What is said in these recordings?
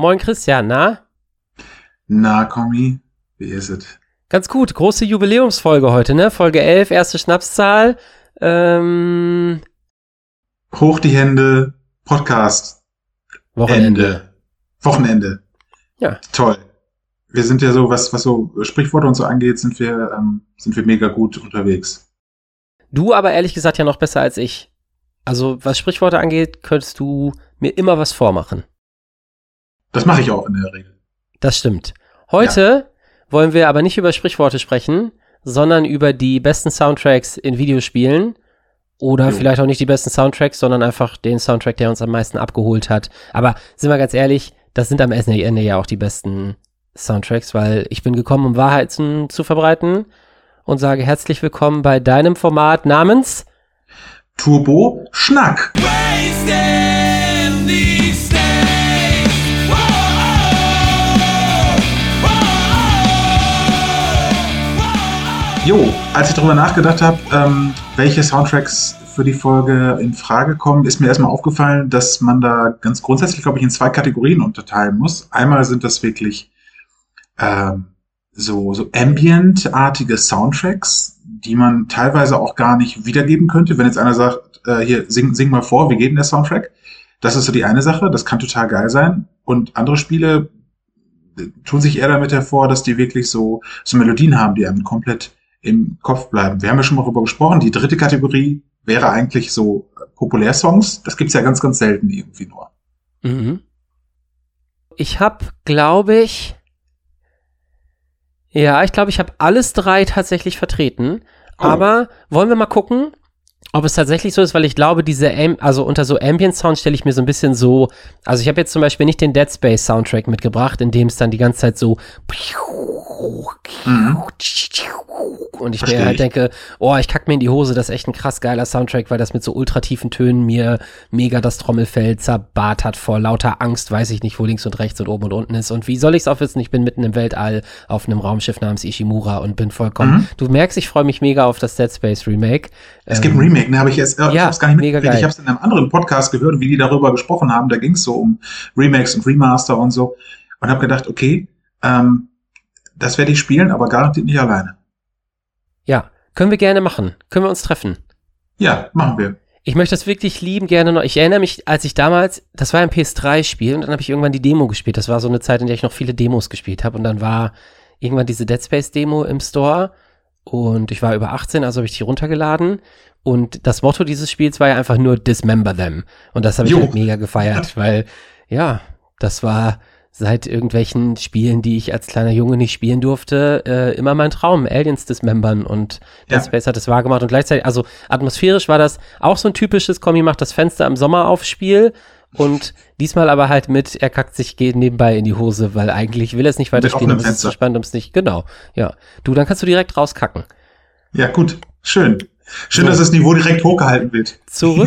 Moin Christian, na? Na, Kommi, wie ist es? Ganz gut, große Jubiläumsfolge heute, ne? Folge 11, erste Schnapszahl. Hoch die Hände, Podcast. Wochenende. Ja. Toll. Wir sind ja so, was so Sprichworte und so angeht, sind wir mega gut unterwegs. Du aber ehrlich gesagt ja noch besser als ich. Also was Sprichworte angeht, könntest du mir immer was vormachen. Das mache ich auch in der Regel. Das stimmt. Heute wollen wir aber nicht über Sprichworte sprechen, sondern über die besten Soundtracks in Videospielen. Oder vielleicht auch nicht die besten Soundtracks, sondern einfach den Soundtrack, der uns am meisten abgeholt hat. Aber sind wir ganz ehrlich, das sind am Ende ja auch die besten Soundtracks, weil ich bin gekommen, um Wahrheiten zu verbreiten und sage herzlich willkommen bei deinem Format namens Turbo Schnack. Jo, als ich darüber nachgedacht habe, welche Soundtracks für die Folge in Frage kommen, ist mir erstmal aufgefallen, dass man da ganz grundsätzlich, glaube ich, in zwei Kategorien unterteilen muss. Einmal sind das wirklich so Ambient-artige Soundtracks, die man teilweise auch gar nicht wiedergeben könnte. Wenn jetzt einer sagt, hier, sing mal vor, wie geht denn der Soundtrack? Das ist so die eine Sache, das kann total geil sein. Und andere Spiele tun sich eher damit hervor, dass die wirklich so Melodien haben, die einem komplett im Kopf bleiben. Wir haben ja schon mal darüber gesprochen, die dritte Kategorie wäre eigentlich so Populärsongs. Das gibt's ja ganz, ganz selten irgendwie nur. Mhm. Ich glaube, ich habe alles drei tatsächlich vertreten. Oh. Aber wollen wir mal gucken, ob es tatsächlich so ist, weil ich glaube, unter so Ambient Sound stelle ich mir so ein bisschen so, also ich habe jetzt zum Beispiel nicht den Dead Space Soundtrack mitgebracht, in dem es dann die ganze Zeit so und ich mir halt denke, ich kack mir in die Hose, das ist echt ein krass geiler Soundtrack, weil das mit so ultratiefen Tönen mir mega das Trommelfell zerbart hat vor lauter Angst, weiß ich nicht, wo links und rechts und oben und unten ist und wie soll ich es auch wissen, ich bin mitten im Weltall auf einem Raumschiff namens Ishimura und bin vollkommen, du merkst, ich freue mich mega auf das Dead Space Remake. Es gibt ein Remake, ne, habe ich jetzt, ich hab's gar nicht mitgekriegt, ich habe es in einem anderen Podcast gehört, wie die darüber gesprochen haben, da ging es so um Remakes und Remaster und so und habe gedacht, okay, das werde ich spielen, aber garantiert nicht alleine. Ja, können wir gerne machen. Können wir uns treffen? Ja, machen wir. Ich möchte das wirklich lieben gerne noch. Ich erinnere mich, als ich damals, das war ein PS3-Spiel und dann habe ich irgendwann die Demo gespielt. Das war so eine Zeit, in der ich noch viele Demos gespielt habe und dann war irgendwann diese Dead Space-Demo im Store und ich war über 18, also habe ich die runtergeladen und das Motto dieses Spiels war ja einfach nur Dismember Them und das habe ich halt mega gefeiert, weil das war seit irgendwelchen Spielen, die ich als kleiner Junge nicht spielen durfte, immer mein Traum, Aliens dismembern und Dead Space hat es wahr gemacht und gleichzeitig, also atmosphärisch war das auch so ein typisches Kommi macht das Fenster im Sommer auf Spiel und diesmal aber halt mit, er kackt sich nebenbei in die Hose, weil eigentlich will er es nicht weiterspielen, aber es ist zu spannend, um es nicht, genau, ja. Du, dann kannst du direkt rauskacken. Ja, gut, schön. Schön, dass das Niveau direkt hochgehalten wird. Zurück.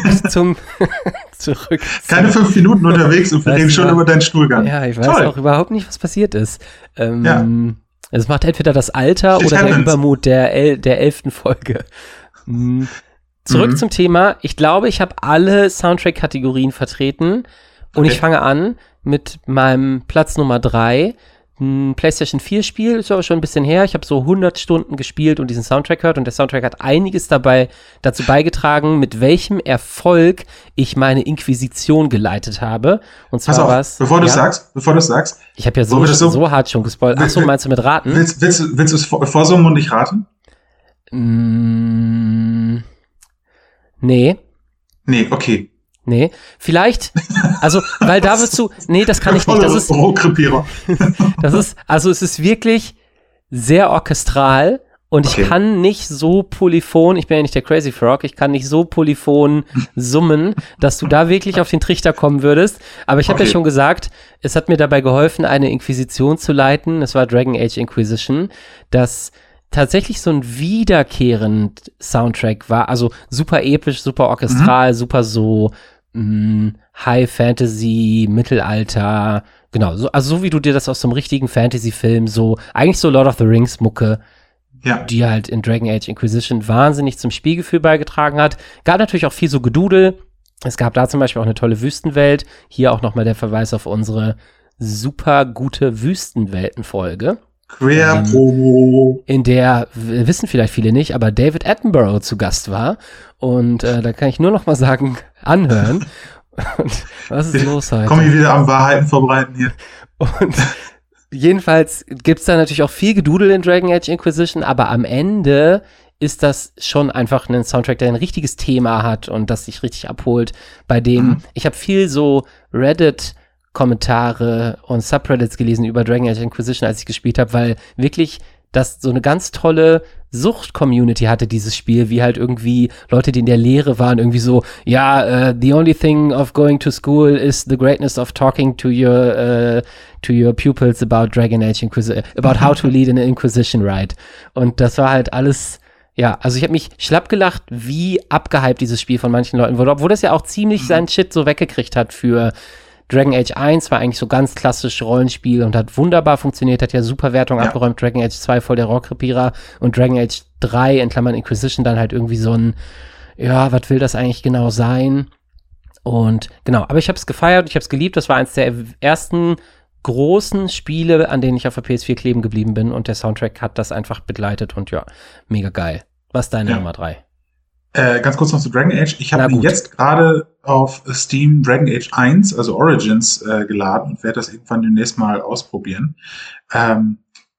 Keine 5 Minuten unterwegs und wir reden schon über deinen Stuhlgang. Ja, ich weiß auch überhaupt nicht, was passiert ist. Es macht entweder das Alter oder der Übermut der 11. Folge. Zurück zum Thema. Ich glaube, ich habe alle Soundtrack-Kategorien vertreten und ich fange an mit meinem Platz Nummer 3. Ein PlayStation 4 Spiel, ist aber schon ein bisschen her. Ich habe so 100 Stunden gespielt und diesen Soundtrack gehört und der Soundtrack hat einiges dazu beigetragen, mit welchem Erfolg ich meine Inquisition geleitet habe. Und zwar bevor du sagst. Ich habe ja so hart schon gespoilt. Achso, meinst du mit raten? Willst du es vorsummen und nicht raten? Nee. Nee, okay. Nee, vielleicht, also, weil da wirst du, nee, das kann ich nicht, es ist wirklich sehr orchestral und ich kann nicht so polyphon, ich bin ja nicht der Crazy Frog, ich kann nicht so polyphon summen, dass du da wirklich auf den Trichter kommen würdest, aber ich habe ja schon gesagt, es hat mir dabei geholfen, eine Inquisition zu leiten, es war Dragon Age Inquisition, das tatsächlich so ein wiederkehrend Soundtrack war, also super episch, super orchestral, super so High Fantasy, Mittelalter, genau, so wie du dir das aus so einem richtigen Fantasy-Film, so, eigentlich so Lord of the Rings Mucke, die halt in Dragon Age Inquisition wahnsinnig zum Spielgefühl beigetragen hat. Gab natürlich auch viel so Gedudel. Es gab da zum Beispiel auch eine tolle Wüstenwelt. Hier auch nochmal der Verweis auf unsere super gute Wüstenwelten-Folge. Quer-Promo. In der, wissen vielleicht viele nicht, aber David Attenborough zu Gast war. Und da kann ich nur noch mal sagen, anhören. Und was ist los heute? Komm ich wieder am Wahrheiten verbreiten hier. Und jedenfalls gibt's da natürlich auch viel Gedudel in Dragon Age Inquisition, aber am Ende ist das schon einfach ein Soundtrack, der ein richtiges Thema hat und das sich richtig abholt, bei dem ich habe viel so Reddit-Kommentare und Subreddits gelesen über Dragon Age Inquisition, als ich gespielt habe, weil wirklich das so eine ganz tolle Sucht-Community hatte, dieses Spiel, wie halt irgendwie Leute, die in der Lehre waren, irgendwie so, the only thing of going to school is the greatness of talking to your pupils about Dragon Age Inquisition, about how to lead an Inquisition rite. Und das war halt alles, ja, also ich habe mich schlapp gelacht, wie abgehypt dieses Spiel von manchen Leuten wurde, obwohl das ja auch ziemlich seinen Shit so weggekriegt hat für Dragon Age 1 war eigentlich so ganz klassisch Rollenspiel und hat wunderbar funktioniert, hat ja super Wertung abgeräumt. Dragon Age 2 voll der Rohrkrepierer und Dragon Age 3 in Klammern Inquisition dann halt irgendwie so ein, ja, was will das eigentlich genau sein? Und genau, aber ich habe es gefeiert, ich habe es geliebt. Das war eins der ersten großen Spiele, an denen ich auf der PS4 kleben geblieben bin und der Soundtrack hat das einfach begleitet und ja, mega geil. Was ist deine Nummer 3? Ganz kurz noch zu Dragon Age. Ich habe jetzt gerade auf Steam Dragon Age 1, also Origins, geladen und werde das irgendwann demnächst mal ausprobieren. Dragon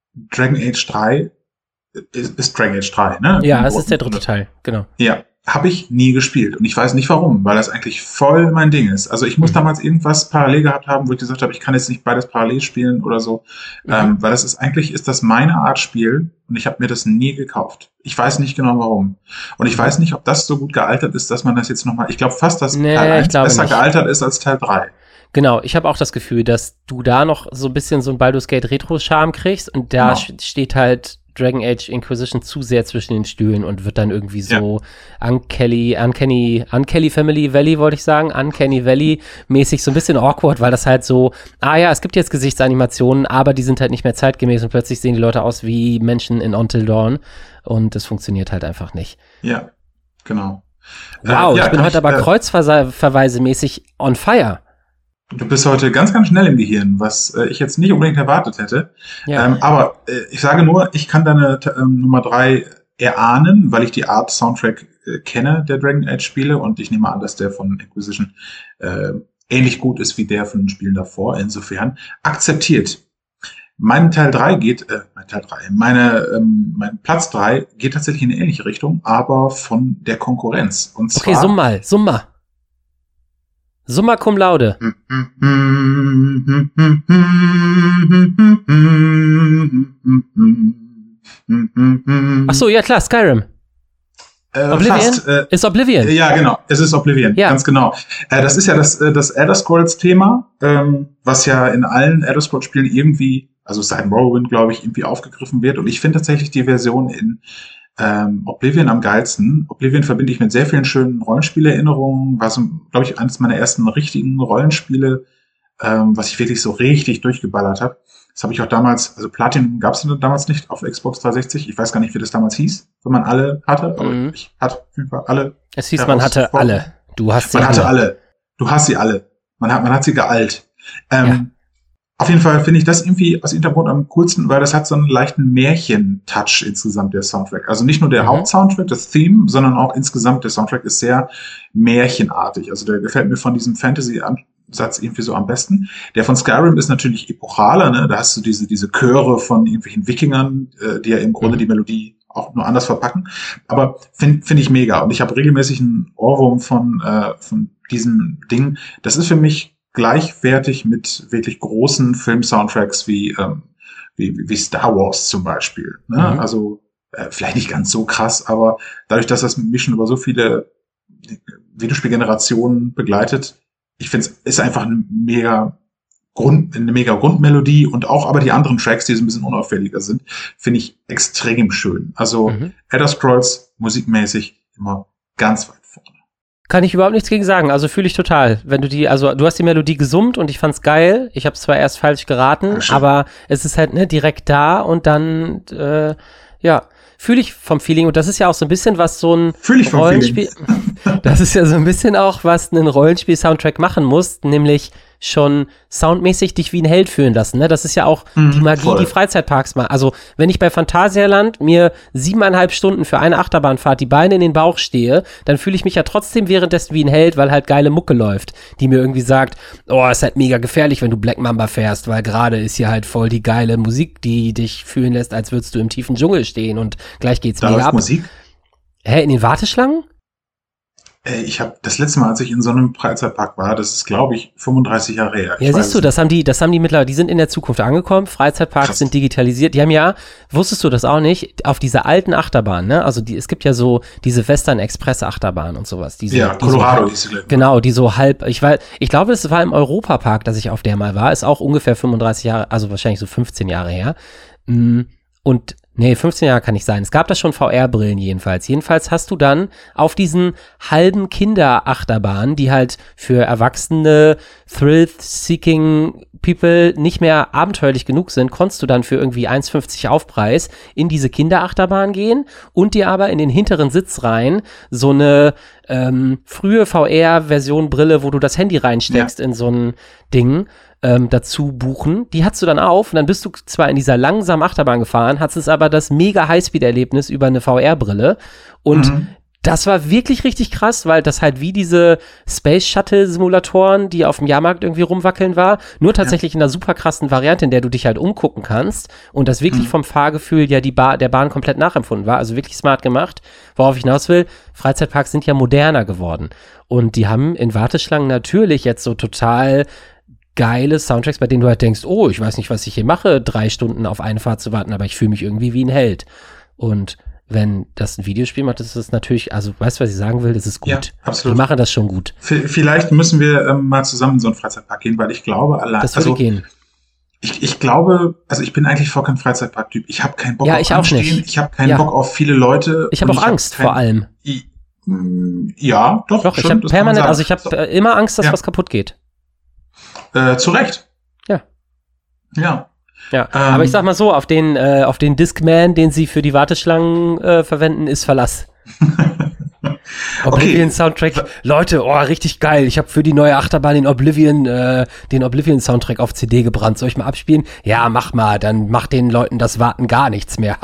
Age 3 ist Dragon Age 3, ne? Ja, das ist der dritte Teil, genau. Ja, habe ich nie gespielt und ich weiß nicht warum, weil das eigentlich voll mein Ding ist. Also ich muss damals irgendwas parallel gehabt haben, wo ich gesagt habe, ich kann jetzt nicht beides parallel spielen oder so, weil das ist das meine Art Spiel und ich habe mir das nie gekauft. Ich weiß nicht genau warum. Und ich weiß nicht, ob das so gut gealtert ist, dass man das jetzt nochmal, ich glaube fast, dass Teil 1 besser gealtert ist als Teil 3. Genau, ich habe auch das Gefühl, dass du da noch so ein bisschen so ein Baldur's Gate Retro-Charme kriegst und da steht halt Dragon Age Inquisition zu sehr zwischen den Stühlen und wird dann irgendwie so Uncanny Family Valley, wollte ich sagen, Uncanny Valley mäßig so ein bisschen awkward, weil das halt so, es gibt jetzt Gesichtsanimationen, aber die sind halt nicht mehr zeitgemäß und plötzlich sehen die Leute aus wie Menschen in Until Dawn und das funktioniert halt einfach nicht. Ja, genau. Wow, ich bin heute aber kreuzverweise-mäßig on fire. Du bist heute ganz, ganz schnell im Gehirn, was ich jetzt nicht unbedingt erwartet hätte. Ja. Aber ich sage nur, ich kann deine Nummer 3 erahnen, weil ich die Art Soundtrack kenne der Dragon Age Spiele und ich nehme an, dass der von Inquisition ähnlich gut ist wie der von den Spielen davor. Insofern akzeptiert. Mein Platz 3 geht tatsächlich in eine ähnliche Richtung, aber von der Konkurrenz. Und zwar, okay, Summa. Summa cum laude. Ach so, ja klar, Skyrim. Oblivion? Ist Oblivion. Ja, genau. Es ist Oblivion, ganz genau. Das ist ja das Elder Scrolls-Thema, was ja in allen Elder Scrolls-Spielen irgendwie, also seit Morrowind, glaube ich, irgendwie aufgegriffen wird. Und ich finde tatsächlich die Version in Oblivion am geilsten. Oblivion verbinde ich mit sehr vielen schönen Rollenspielerinnerungen. War so, glaube ich, eines meiner ersten richtigen Rollenspiele, was ich wirklich so richtig durchgeballert habe. Das habe ich auch damals, also Platinum gab es damals nicht auf Xbox 360. Ich weiß gar nicht, wie das damals hieß, wenn man alle hatte. Aber ich hatte auf jeden Fall alle. Es hieß, man hatte alle. Du hast sie alle. Man hatte alle. Du hast sie alle. Man hat sie gealt. Auf jeden Fall finde ich das irgendwie aus irgendeinem Grund am coolsten, weil das hat so einen leichten Märchen-Touch insgesamt, der Soundtrack. Also nicht nur der Hauptsoundtrack, das Theme, sondern auch insgesamt der Soundtrack ist sehr märchenartig. Also der gefällt mir von diesem Fantasy-Ansatz irgendwie so am besten. Der von Skyrim ist natürlich epochaler, ne? Da hast du diese Chöre von irgendwelchen Wikingern, die ja im Grunde die Melodie auch nur anders verpacken. Aber finde ich mega. Und ich habe regelmäßig einen Ohrwurm von diesem Ding. Das ist für mich gleichwertig mit wirklich großen Film-Soundtracks wie Star Wars zum Beispiel. Ne? Also vielleicht nicht ganz so krass, aber dadurch, dass das mich schon über so viele Videospielgenerationen begleitet, ich finde es ist einfach eine mega Grundmelodie und auch aber die anderen Tracks, die so ein bisschen unauffälliger sind, finde ich extrem schön. Also Elder Scrolls musikmäßig immer ganz weit vorne. Kann ich überhaupt nichts gegen sagen, also fühle ich total. Wenn du du hast die Melodie gesummt und ich fand's geil. Ich habe es zwar erst falsch geraten, aber es ist halt direkt da und dann, fühle ich vom Feeling. Und das ist ja auch so ein bisschen, was so ein Rollenspiel, das ist ja so ein bisschen auch, was ein Rollenspiel-Soundtrack machen muss, nämlich schon soundmäßig dich wie ein Held fühlen lassen, ne? Das ist ja auch die Magie, voll. die Freizeitparks machen. Also, wenn ich bei Phantasialand mir 7,5 Stunden für eine Achterbahnfahrt die Beine in den Bauch stehe, dann fühle ich mich ja trotzdem währenddessen wie ein Held, weil halt geile Mucke läuft, die mir irgendwie sagt, oh, ist halt mega gefährlich, wenn du Black Mamba fährst, weil gerade ist hier halt voll die geile Musik, die dich fühlen lässt, als würdest du im tiefen Dschungel stehen und gleich geht's Da mega läuft ab. Musik. Hä, in den Warteschlangen? Ich habe das letzte Mal, als ich in so einem Freizeitpark war, das ist, glaube ich, 35 Jahre her. Ja, siehst du, das haben die mittlerweile, die sind in der Zukunft angekommen, Freizeitparks Krass. sind digitalisiert, die haben ja, wusstest du das auch nicht, auf dieser alten Achterbahn, ne, also es gibt ja so diese Western Express Achterbahn und sowas, die Colorado hieß sie, glaube ich. genau, die so halb, ich glaube, es war im Europapark, dass ich auf der mal war, ist auch ungefähr 35 Jahre, also wahrscheinlich so 15 Jahre her, und nee, 15 Jahre kann nicht sein. Es gab da schon VR-Brillen jedenfalls. Jedenfalls hast du dann auf diesen halben Kinderachterbahnen, die halt für erwachsene Thrill-Seeking People nicht mehr abenteuerlich genug sind, konntest du dann für irgendwie 1,50 Aufpreis in diese Kinderachterbahn gehen und dir aber in den hinteren Sitzreihen so eine frühe VR-Version Brille, wo du das Handy reinsteckst in so ein Ding, dazu buchen. Die hattest du dann auf und dann bist du zwar in dieser langsamen Achterbahn gefahren, hattest aber das mega Highspeed-Erlebnis über eine VR-Brille und das war wirklich richtig krass, weil das halt wie diese Space-Shuttle-Simulatoren, die auf dem Jahrmarkt irgendwie rumwackeln war, nur tatsächlich in einer super krassen Variante, in der du dich halt umgucken kannst und das wirklich vom Fahrgefühl ja der Bahn komplett nachempfunden war, also wirklich smart gemacht. Worauf ich hinaus will, Freizeitparks sind ja moderner geworden und die haben in Warteschlangen natürlich jetzt so total geile Soundtracks, bei denen du halt denkst, oh, ich weiß nicht, was ich hier mache, 3 Stunden auf eine Fahrt zu warten, aber ich fühle mich irgendwie wie ein Held. Und wenn das ein Videospiel macht, ist es natürlich, also weißt du, was ich sagen will, das ist gut. Ja, absolut. Die machen das schon gut. Vielleicht müssen wir mal zusammen in so einen Freizeitpark gehen, weil ich glaube, allein. Das würde gehen. Ich glaube, also ich bin eigentlich voll kein Freizeitpark-Typ. Ich habe keinen Bock Ja, auf ich auch Anstehen. nicht. Ich habe keinen Ja. Bock auf viele Leute. Ich habe auch Angst vor allem. Ja, doch. Doch, ich stimmt, habe das kann man permanent, sagen. also ich habe immer Angst, dass Ja. was kaputt geht. Zu Recht. Ja. Ja. Ja, aber ich sag mal so, auf den Discman, den sie für die Warteschlangen verwenden, ist Verlass. Oblivion-Soundtrack, Leute, oh, richtig geil. Ich habe für die neue Achterbahn den Oblivion-Soundtrack auf CD gebrannt. Soll ich mal abspielen? Ja, mach mal, dann macht den Leuten das Warten gar nichts mehr.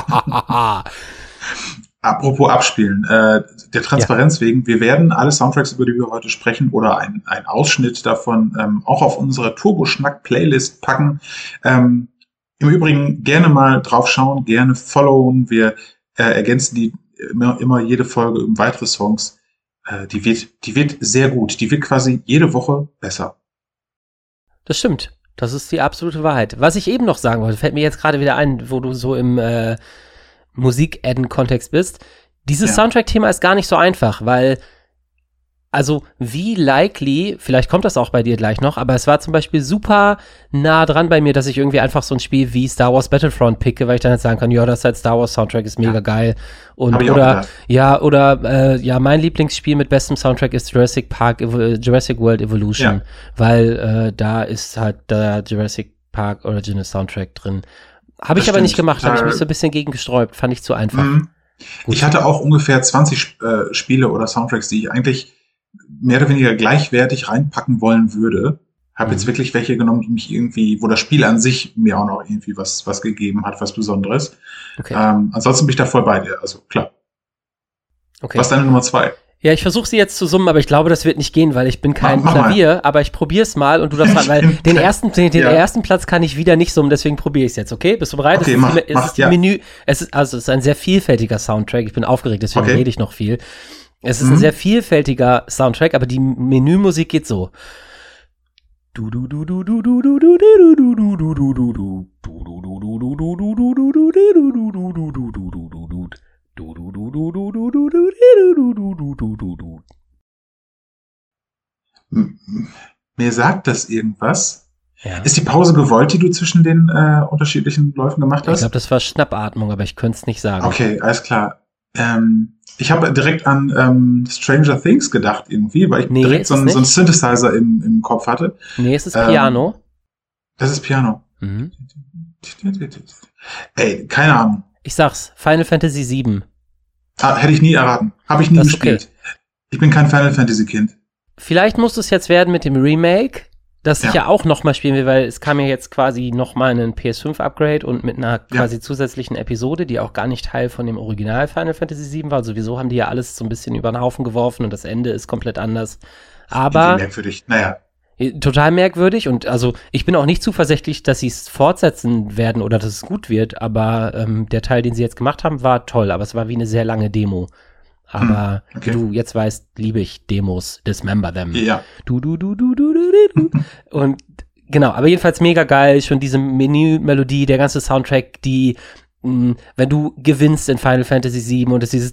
Apropos abspielen, der Transparenz wegen, wir werden alle Soundtracks, über die wir heute sprechen, oder ein Ausschnitt davon auch auf unsere Turbo-Schnack-Playlist packen. Im Übrigen gerne mal draufschauen, gerne followen. Wir ergänzen die immer jede Folge um weitere Songs. Die wird sehr gut. Die wird quasi jede Woche besser. Das stimmt. Das ist die absolute Wahrheit. Was ich eben noch sagen wollte, fällt mir jetzt gerade wieder ein, wo du so im Musik-Adden-Kontext bist. Dieses Soundtrack-Thema ist gar nicht so einfach, weil, also wie likely, vielleicht kommt das auch bei dir gleich noch, aber es war zum Beispiel super nah dran bei mir, dass ich irgendwie einfach so ein Spiel wie Star Wars Battlefront picke, weil ich dann halt sagen kann, ja, das ist halt Star Wars Soundtrack, ist mega geil. Und mein Lieblingsspiel mit bestem Soundtrack ist Jurassic World Evolution, weil da ist halt der Jurassic Park Original Soundtrack drin. Habe ich aber nicht gemacht, habe ich mich so ein bisschen gegen gesträubt, fand ich zu einfach. Ich hatte auch ungefähr 20 Spiele oder Soundtracks, die ich eigentlich mehr oder weniger gleichwertig reinpacken wollen würde. Habe jetzt wirklich welche genommen, die mich irgendwie, wo das Spiel an sich mir auch noch irgendwie was gegeben hat, was Besonderes. Okay. Ansonsten bin ich da voll bei dir, also klar. Okay. Was ist deine Nummer 2? Ja, ich versuche sie jetzt zu summen, aber ich glaube, das wird nicht gehen, weil ich bin kein Klavier, aber ich probier's mal und du darfst weil den ersten Platz kann ich wieder nicht summen, deswegen probiere ich es jetzt, okay? Bist du bereit? Okay, Es ist ein sehr vielfältiger Soundtrack, ich bin aufgeregt, deswegen rede ich noch viel. Es ist ein sehr vielfältiger Soundtrack, aber die Menümusik geht so. Mir sagt das irgendwas. Ja. Ist die Pause gewollt, die du zwischen den unterschiedlichen Läufen gemacht hast? Ich glaube, das war Schnappatmung, aber ich könnte es nicht sagen. Okay, alles klar. Ich habe direkt an Stranger Things gedacht irgendwie, weil ich direkt so einen Synthesizer im Kopf hatte. Nee, es ist Piano. Das ist Piano. Mhm. Ey, keine Ahnung. Ich sag's, Final Fantasy VII. Hätte ich nie erraten. Habe ich nie gespielt. Okay. Ich bin kein Final Fantasy Kind. Vielleicht muss es jetzt werden mit dem Remake. das ich ja auch nochmal spielen will, weil es kam ja jetzt quasi nochmal ein PS5-Upgrade und mit einer quasi zusätzlichen Episode, die auch gar nicht Teil von dem Original Final Fantasy VII war. Sowieso haben die ja alles so ein bisschen über den Haufen geworfen und das Ende ist komplett anders. Aber merkwürdig, naja. Total merkwürdig und also ich bin auch nicht zuversichtlich, dass sie es fortsetzen werden oder dass es gut wird, aber der Teil, den sie jetzt gemacht haben, war toll, aber es war wie eine sehr lange Demo. Aber wie du jetzt weißt, liebe ich Demos, dismember them. Ja. Du. Und genau, aber jedenfalls mega geil, schon diese Menü-Melodie, der ganze Soundtrack, die wenn du gewinnst in Final Fantasy VII und es dieses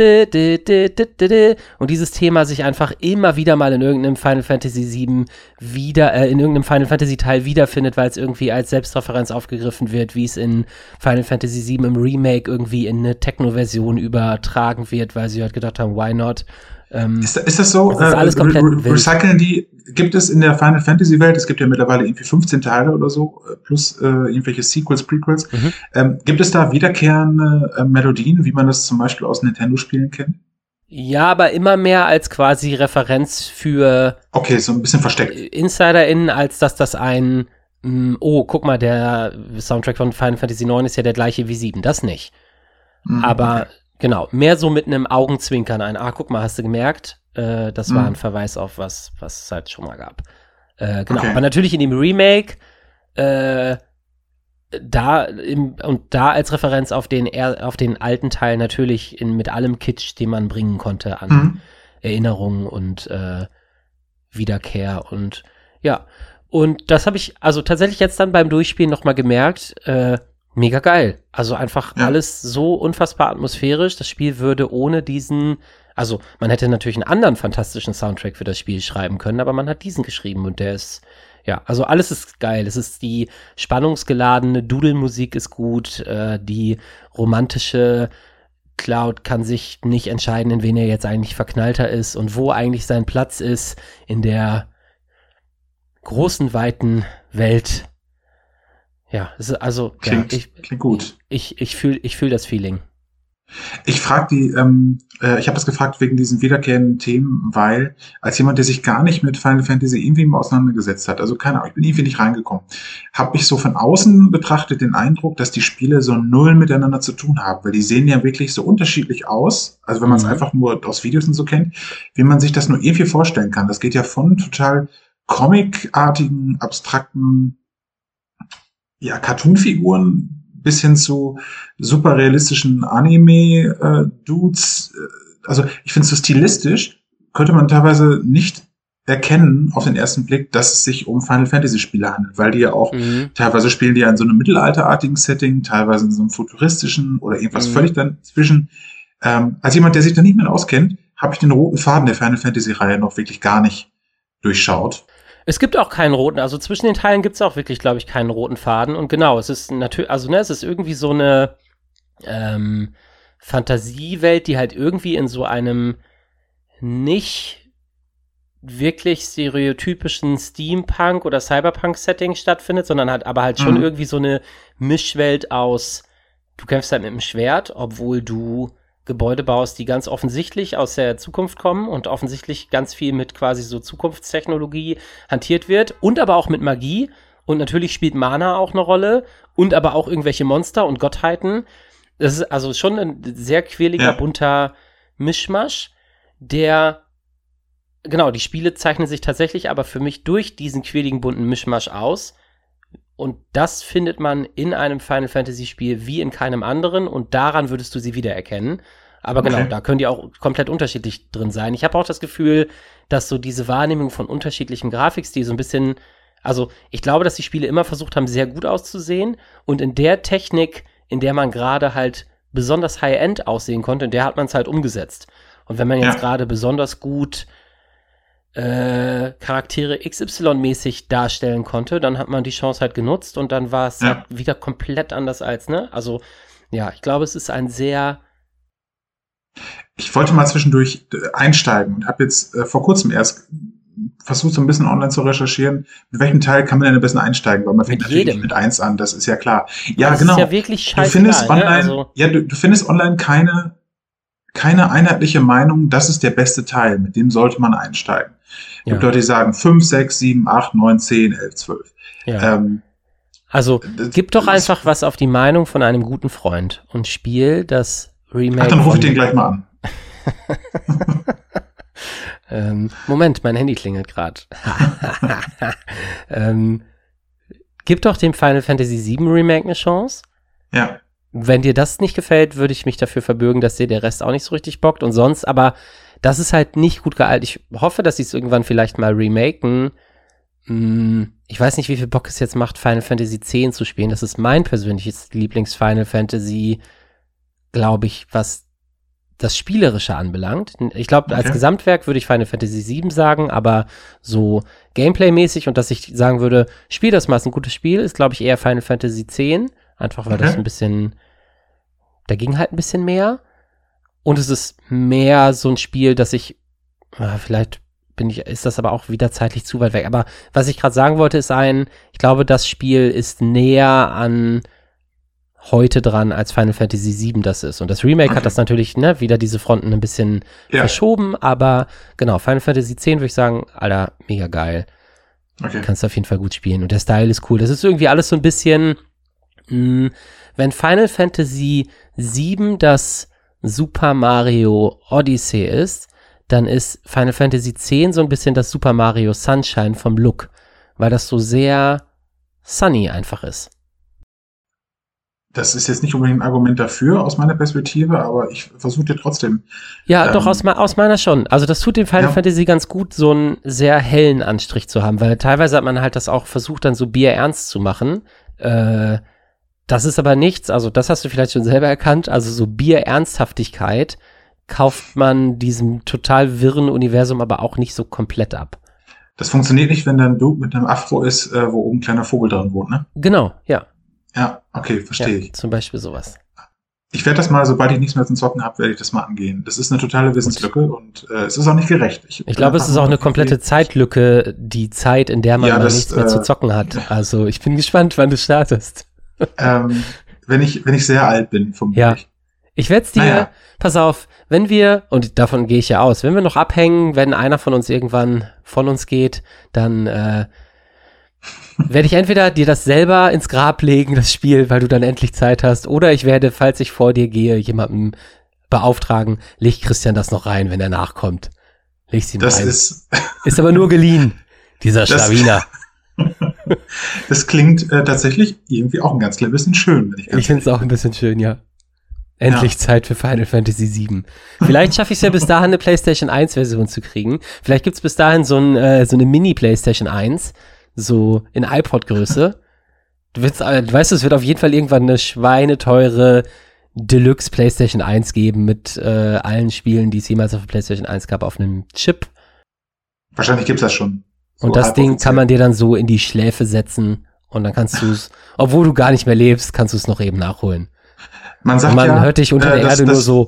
und dieses Thema sich einfach immer wieder mal in irgendeinem Final Fantasy VII in irgendeinem Final Fantasy Teil wiederfindet, weil es irgendwie als Selbstreferenz aufgegriffen wird, wie es in Final Fantasy VII im Remake irgendwie in eine Techno-Version übertragen wird, weil sie halt gedacht haben, why not? Ist das so? Das ist alles komplett recyceln die, gibt es in der Final Fantasy Welt, es gibt ja mittlerweile irgendwie 15 Teile oder so, plus irgendwelche Sequels, Prequels. Gibt es da wiederkehrende Melodien, wie man das zum Beispiel aus Nintendo-Spielen kennt? Ja, aber immer mehr als quasi Referenz für okay, so ein bisschen versteckt. InsiderInnen, als dass das ein guck mal, der Soundtrack von Final Fantasy IX ist ja der gleiche wie 7, das nicht. Aber genau, mehr so mit einem Augenzwinkern guck mal, hast du gemerkt? Das war ein Verweis auf was es halt schon mal gab. Genau, aber natürlich in dem Remake, da als Referenz auf den alten Teil natürlich mit allem Kitsch, den man bringen konnte an Erinnerungen und Wiederkehr und ja. Und das habe ich also tatsächlich jetzt dann beim Durchspielen nochmal gemerkt, mega geil. Also einfach alles so unfassbar atmosphärisch. Das Spiel würde ohne also man hätte natürlich einen anderen fantastischen Soundtrack für das Spiel schreiben können, aber man hat diesen geschrieben und der ist, also alles ist geil. Es ist die spannungsgeladene Dudelmusik ist gut, die romantische Cloud kann sich nicht entscheiden, in wen er jetzt eigentlich verknallter ist und wo eigentlich sein Platz ist in der großen, weiten Welt. Ja, also klingt gut. Ich fühl das Feeling. Ich frage ich habe das gefragt wegen diesen wiederkehrenden Themen, weil als jemand, der sich gar nicht mit Final Fantasy irgendwie mal auseinandergesetzt hat, also keine Ahnung, ich bin irgendwie nicht reingekommen, habe ich so von außen betrachtet den Eindruck, dass die Spiele so null miteinander zu tun haben, weil die sehen ja wirklich so unterschiedlich aus, also wenn man es einfach nur aus Videos und so kennt, wie man sich das nur irgendwie vorstellen kann. Das geht ja von total comicartigen, abstrakten Cartoon-Figuren bis hin zu super realistischen Anime-Dudes. Also ich finde, so stilistisch könnte man teilweise nicht erkennen auf den ersten Blick, dass es sich um Final Fantasy-Spiele handelt, weil die ja auch teilweise spielen die ja in so einem mittelalterartigen Setting, teilweise in so einem futuristischen oder irgendwas völlig dazwischen. Als jemand, der sich da nicht mehr auskennt, habe ich den roten Faden der Final Fantasy-Reihe noch wirklich gar nicht durchschaut. Es gibt auch keinen roten, also zwischen den Teilen gibt es auch wirklich, glaube ich, keinen roten Faden. Und genau, es ist natürlich, es ist irgendwie so eine Fantasiewelt, die halt irgendwie in so einem nicht wirklich stereotypischen Steampunk- oder Cyberpunk-Setting stattfindet, sondern hat aber halt schon irgendwie so eine Mischwelt aus, du kämpfst halt mit dem Schwert, obwohl du Gebäude baust, die ganz offensichtlich aus der Zukunft kommen und offensichtlich ganz viel mit quasi so Zukunftstechnologie hantiert wird und aber auch mit Magie und natürlich spielt Mana auch eine Rolle und aber auch irgendwelche Monster und Gottheiten. Das ist also schon ein sehr quirliger, bunter Mischmasch, die Spiele zeichnen sich tatsächlich aber für mich durch diesen quirligen, bunten Mischmasch aus. Und das findet man in einem Final Fantasy Spiel wie in keinem anderen und daran würdest du sie wiedererkennen. Aber genau, da können die auch komplett unterschiedlich drin sein. Ich habe auch das Gefühl, dass so diese Wahrnehmung von unterschiedlichem Grafikstil so ein bisschen, also ich glaube, dass die Spiele immer versucht haben, sehr gut auszusehen und in der Technik, in der man gerade halt besonders High-End aussehen konnte, in der hat man es halt umgesetzt. Und wenn man jetzt gerade besonders gut Charaktere XY-mäßig darstellen konnte, dann hat man die Chance halt genutzt und dann war es halt wieder komplett anders als, Also, ich glaube, es ist ein sehr Ich wollte mal zwischendurch einsteigen und habe jetzt vor kurzem erst versucht, so ein bisschen online zu recherchieren, mit welchem Teil kann man denn am besten einsteigen, weil man fängt natürlich mit 1 an, das ist ja klar. Ja, das genau. Ist ja wirklich scheißegal, du findest online, du findest online keine einheitliche Meinung, das ist der beste Teil, mit dem sollte man einsteigen. Es gibt Leute, die sagen 5, 6, 7, 8, 9, 10, 11, 12. Ja. Also, gib doch einfach was auf die Meinung von einem guten Freund und spiel das Remake. Ach, dann ruf ich den gleich mal an. Moment, mein Handy klingelt gerade. Gib doch dem Final Fantasy VII Remake eine Chance. Ja. Wenn dir das nicht gefällt, würde ich mich dafür verbürgen, dass dir der Rest auch nicht so richtig bockt. Und sonst, aber das ist halt nicht gut gealtert. Ich hoffe, dass sie es irgendwann vielleicht mal remaken. Ich weiß nicht, wie viel Bock es jetzt macht, Final Fantasy X zu spielen. Das ist mein persönliches Lieblings-Final Fantasy, glaube ich, was das Spielerische anbelangt. Ich glaube, als Gesamtwerk würde ich Final Fantasy VII sagen, aber so Gameplay-mäßig und dass ich sagen würde, spiel das mal, ist ein gutes Spiel, ist, glaube ich, eher Final Fantasy X. Einfach, weil das ein bisschen, da ging halt ein bisschen mehr. Und es ist mehr so ein Spiel, dass ich, vielleicht ist das aber auch wieder zeitlich zu weit weg. Aber was ich gerade sagen wollte, ist ich glaube, das Spiel ist näher an heute dran, als Final Fantasy VII das ist. Und das Remake hat das natürlich, wieder diese Fronten ein bisschen verschoben. Aber genau, Final Fantasy X würde ich sagen, Alter, mega geil. Okay. Kannst du auf jeden Fall gut spielen. Und der Style ist cool. Das ist irgendwie alles so ein bisschen, wenn Final Fantasy VII das Super Mario Odyssey ist, dann ist Final Fantasy X so ein bisschen das Super Mario Sunshine vom Look, weil das so sehr sunny einfach ist. Das ist jetzt nicht unbedingt ein Argument dafür aus meiner Perspektive, aber ich versuche dir trotzdem. Ja, doch, aus meiner schon. Also das tut dem Final Fantasy ganz gut, so einen sehr hellen Anstrich zu haben, weil teilweise hat man halt das auch versucht, dann so bierernst zu machen. Das ist aber nichts, also das hast du vielleicht schon selber erkannt, also so Bierernsthaftigkeit kauft man diesem total wirren Universum aber auch nicht so komplett ab. Das funktioniert nicht, wenn dann du mit einem Afro ist, wo oben ein kleiner Vogel dran wohnt, ne? Genau, ja. Ja, okay, verstehe ich. Zum Beispiel sowas. Ich werde das mal, sobald ich nichts mehr zum Zocken habe, werde ich das mal angehen. Das ist eine totale Wissenslücke und es ist auch nicht gerecht. Ich glaube, es ist auch eine komplette Zeitlücke, die Zeit, in der man mal nichts mehr zu zocken hat. Also ich bin gespannt, wann du startest. Wenn ich sehr alt bin, vermutlich. Ja. Ich werde es dir, pass auf, wenn wir, und davon gehe ich ja aus, wenn wir noch abhängen, wenn einer von uns irgendwann von uns geht, dann werde ich entweder dir das selber ins Grab legen, das Spiel, weil du dann endlich Zeit hast, oder ich werde, falls ich vor dir gehe, jemanden beauftragen, leg Christian das noch rein, wenn er nachkommt. Leg's ihm das rein. Ist aber nur geliehen, dieser Schlawiner. Das klingt tatsächlich irgendwie auch ein ganz klein bisschen schön, wenn ich finde es auch ein bisschen schön, ja. Endlich Zeit für Final Fantasy VII. Vielleicht schaffe ich es ja bis dahin, eine PlayStation 1 Version zu kriegen. Vielleicht gibt es bis dahin so eine Mini-PlayStation 1, so in iPod-Größe. Du weißt, es wird auf jeden Fall irgendwann eine schweineteure Deluxe PlayStation 1 geben mit allen Spielen, die es jemals auf der PlayStation 1 gab, auf einem Chip. Wahrscheinlich gibt's das schon. So und das Ding kann man dir dann so in die Schläfe setzen und dann kannst du es, obwohl du gar nicht mehr lebst, kannst du es noch eben nachholen. Man sagt man hört dich unter der Erde nur so,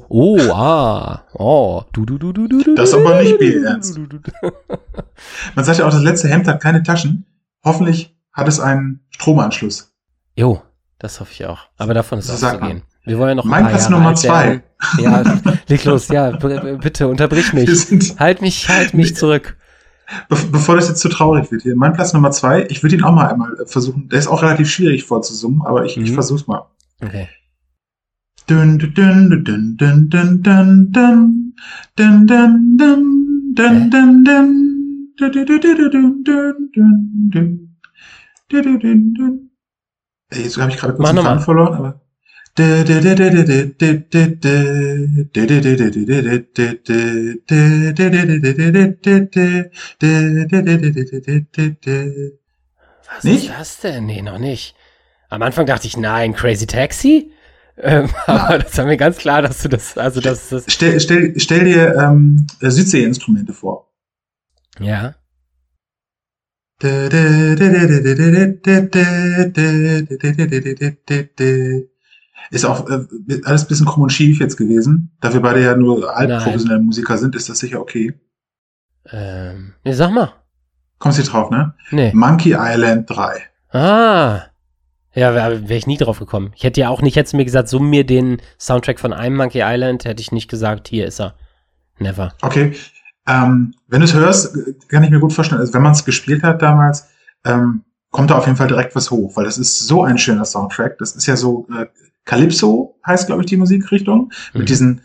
du. Das ist aber nicht bierernst. Man sagt ja auch, das letzte Hemd hat keine Taschen. Hoffentlich hat es einen Stromanschluss. Jo, das hoffe ich auch. Aber davon ist auszugehen. Wir wollen ja noch ein paar Platz Nummer 2. Ja, leg los. Ja, bitte, unterbrich mich. Halt mich zurück. Bevor das jetzt zu traurig wird hier. Mein Platz Nummer 2, ich würde ihn auch mal einmal versuchen. Der ist auch relativ schwierig vorzusummen, aber ich versuch's mal. Okay. Dun dun dun dun dun dun dun dun dun dun dun dun dun dun. Jetzt habe ich gerade kurz den Faden verloren, aber was ist das denn? Nee, noch nicht. Am Anfang dachte ich, nein, Crazy Taxi? Aber das war mir ganz klar, dass du das, also das ist. Stell dir Südsee-Instrumente vor. Ja. Ist auch alles ein bisschen krumm und schief jetzt gewesen. Da wir beide ja nur halbprofessionelle Musiker sind, ist das sicher okay. Nee, sag mal. Kommst du drauf, ne? Nee. Monkey Island 3. Ah. Ja, wäre ich nie drauf gekommen. Ich hätte ja auch nicht, hättest du mir gesagt, summ mir den Soundtrack von einem Monkey Island, hätte ich nicht gesagt, hier ist er. Never. Okay. Wenn du es hörst, kann ich mir gut vorstellen, also wenn man es gespielt hat damals, kommt da auf jeden Fall direkt was hoch, weil das ist so ein schöner Soundtrack. Das ist ja so, Calypso heißt, glaube ich, die Musikrichtung, mit diesen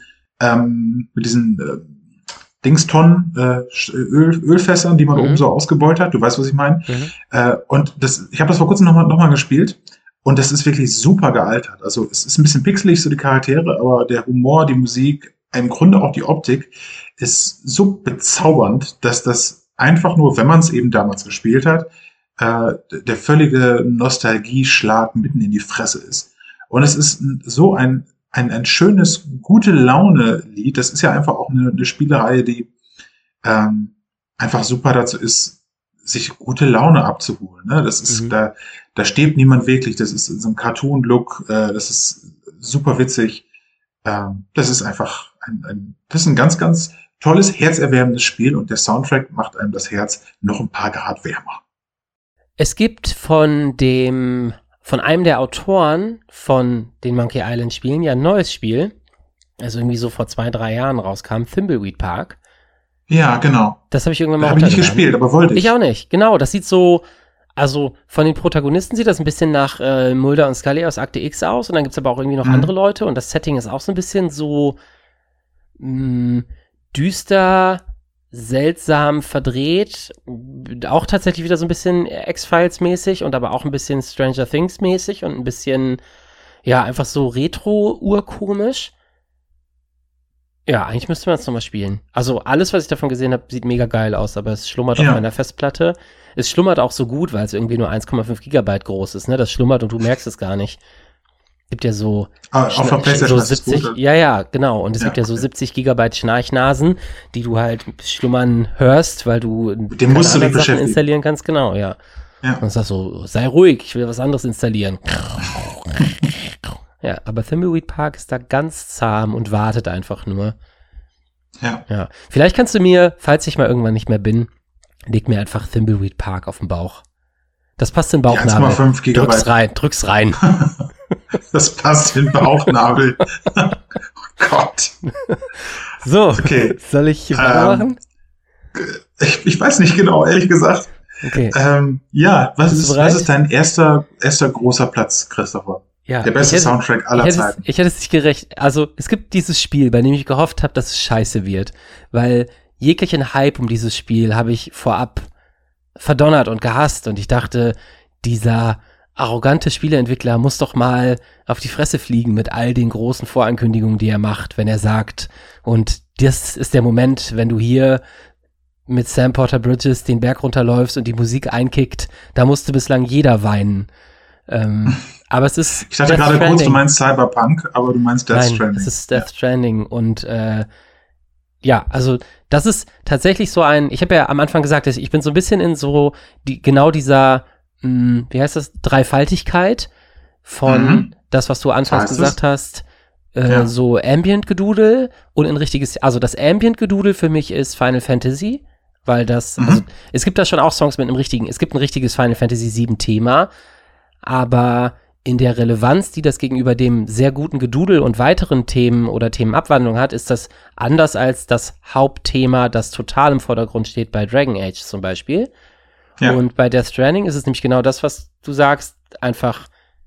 Dingstonnen, Ölfässern, die man oben so ausgebeult hat. Du weißt, was ich meine. Und ich habe das vor kurzem noch mal gespielt und das ist wirklich super gealtert. Also es ist ein bisschen pixelig, so die Charaktere, aber der Humor, die Musik, im Grunde auch die Optik ist so bezaubernd, dass das einfach nur, wenn man es eben damals gespielt hat, der völlige Nostalgieschlag mitten in die Fresse ist. Und es ist so ein schönes, gute Laune-Lied. Das ist ja einfach auch eine Spielereihe, die einfach super dazu ist, sich gute Laune abzuholen. Ne? Das ist, da stirbt niemand wirklich. Das ist in so einem Cartoon-Look. Das ist super witzig. Das ist einfach das ist ein ganz, ganz tolles, herzerwärmendes Spiel und der Soundtrack macht einem das Herz noch ein paar Grad wärmer. Es gibt von einem der Autoren von den Monkey Island Spielen ja ein neues Spiel, also irgendwie so vor 2-3 Jahren rauskam, Thimbleweed Park. Ja, genau. Das habe ich irgendwann mal Habe ich nicht gespielt, aber wollte ich. Ich auch nicht, genau. Das sieht so, also von den Protagonisten sieht das ein bisschen nach Mulder und Scully aus Akte X aus und dann gibt's aber auch irgendwie noch andere Leute und das Setting ist auch so ein bisschen so düster, seltsam verdreht, auch tatsächlich wieder so ein bisschen X-Files-mäßig und aber auch ein bisschen Stranger Things-mäßig und ein bisschen, ja, einfach so retro-urkomisch. Ja, eigentlich müsste man es nochmal spielen. Also alles, was ich davon gesehen habe, sieht mega geil aus, aber es schlummert auf meiner Festplatte. Es schlummert auch so gut, weil es irgendwie nur 1,5 Gigabyte groß ist, ne? Das schlummert und du merkst es gar nicht. Gibt ja so, auf der PlayStation so 70, gut, ja, genau. Und es gibt ja so 70 Gigabyte Schnarchnasen, die du halt schlummern hörst, weil du dem musst du dich Sachen installieren kannst, genau, ja. Und dann sagst du, sei ruhig, ich will was anderes installieren. Ja, aber Thimbleweed Park ist da ganz zahm und wartet einfach nur. Ja. Vielleicht kannst du mir, falls ich mal irgendwann nicht mehr bin, leg mir einfach Thimbleweed Park auf den Bauch. Das passt in den Bauchnabel. 1,5 Gigabyte. Drück's rein. Das passt in den Bauchnabel. Oh Gott. So, okay. Soll ich weitermachen? Ich weiß nicht genau, ehrlich gesagt. Okay. Was ist dein erster großer Platz, Christopher? Ja, der beste Soundtrack aller Zeiten. Ich hätte es nicht gerecht. Also, es gibt dieses Spiel, bei dem ich gehofft habe, dass es scheiße wird. Weil jeglichen Hype um dieses Spiel habe ich vorab verdonnert und gehasst. Und ich dachte, dieser arrogante Spieleentwickler muss doch mal auf die Fresse fliegen mit all den großen Vorankündigungen, die er macht, wenn er sagt, und das ist der Moment, wenn du hier mit Sam Porter Bridges den Berg runterläufst und die Musik einkickt, da musste bislang jeder weinen. Aber es ist ich dachte gerade kurz, du meinst Cyberpunk, aber du meinst Death Stranding. Es ist Death Stranding und also das ist tatsächlich so ich habe ja am Anfang gesagt, ich bin so ein bisschen in so dieser wie heißt das, Dreifaltigkeit von das, was du anfangs gesagt hast, so Ambient-Gedudel und ein richtiges, also das Ambient-Gedudel für mich ist Final Fantasy, weil das, also es gibt da schon auch Songs mit es gibt ein richtiges Final Fantasy 7 Thema, aber in der Relevanz, die das gegenüber dem sehr guten Gedudel und weiteren Themen oder Themenabwandlung hat, ist das anders als das Hauptthema, das total im Vordergrund steht bei Dragon Age zum Beispiel. Ja. Und bei Death Stranding ist es nämlich genau das, was du sagst, einfach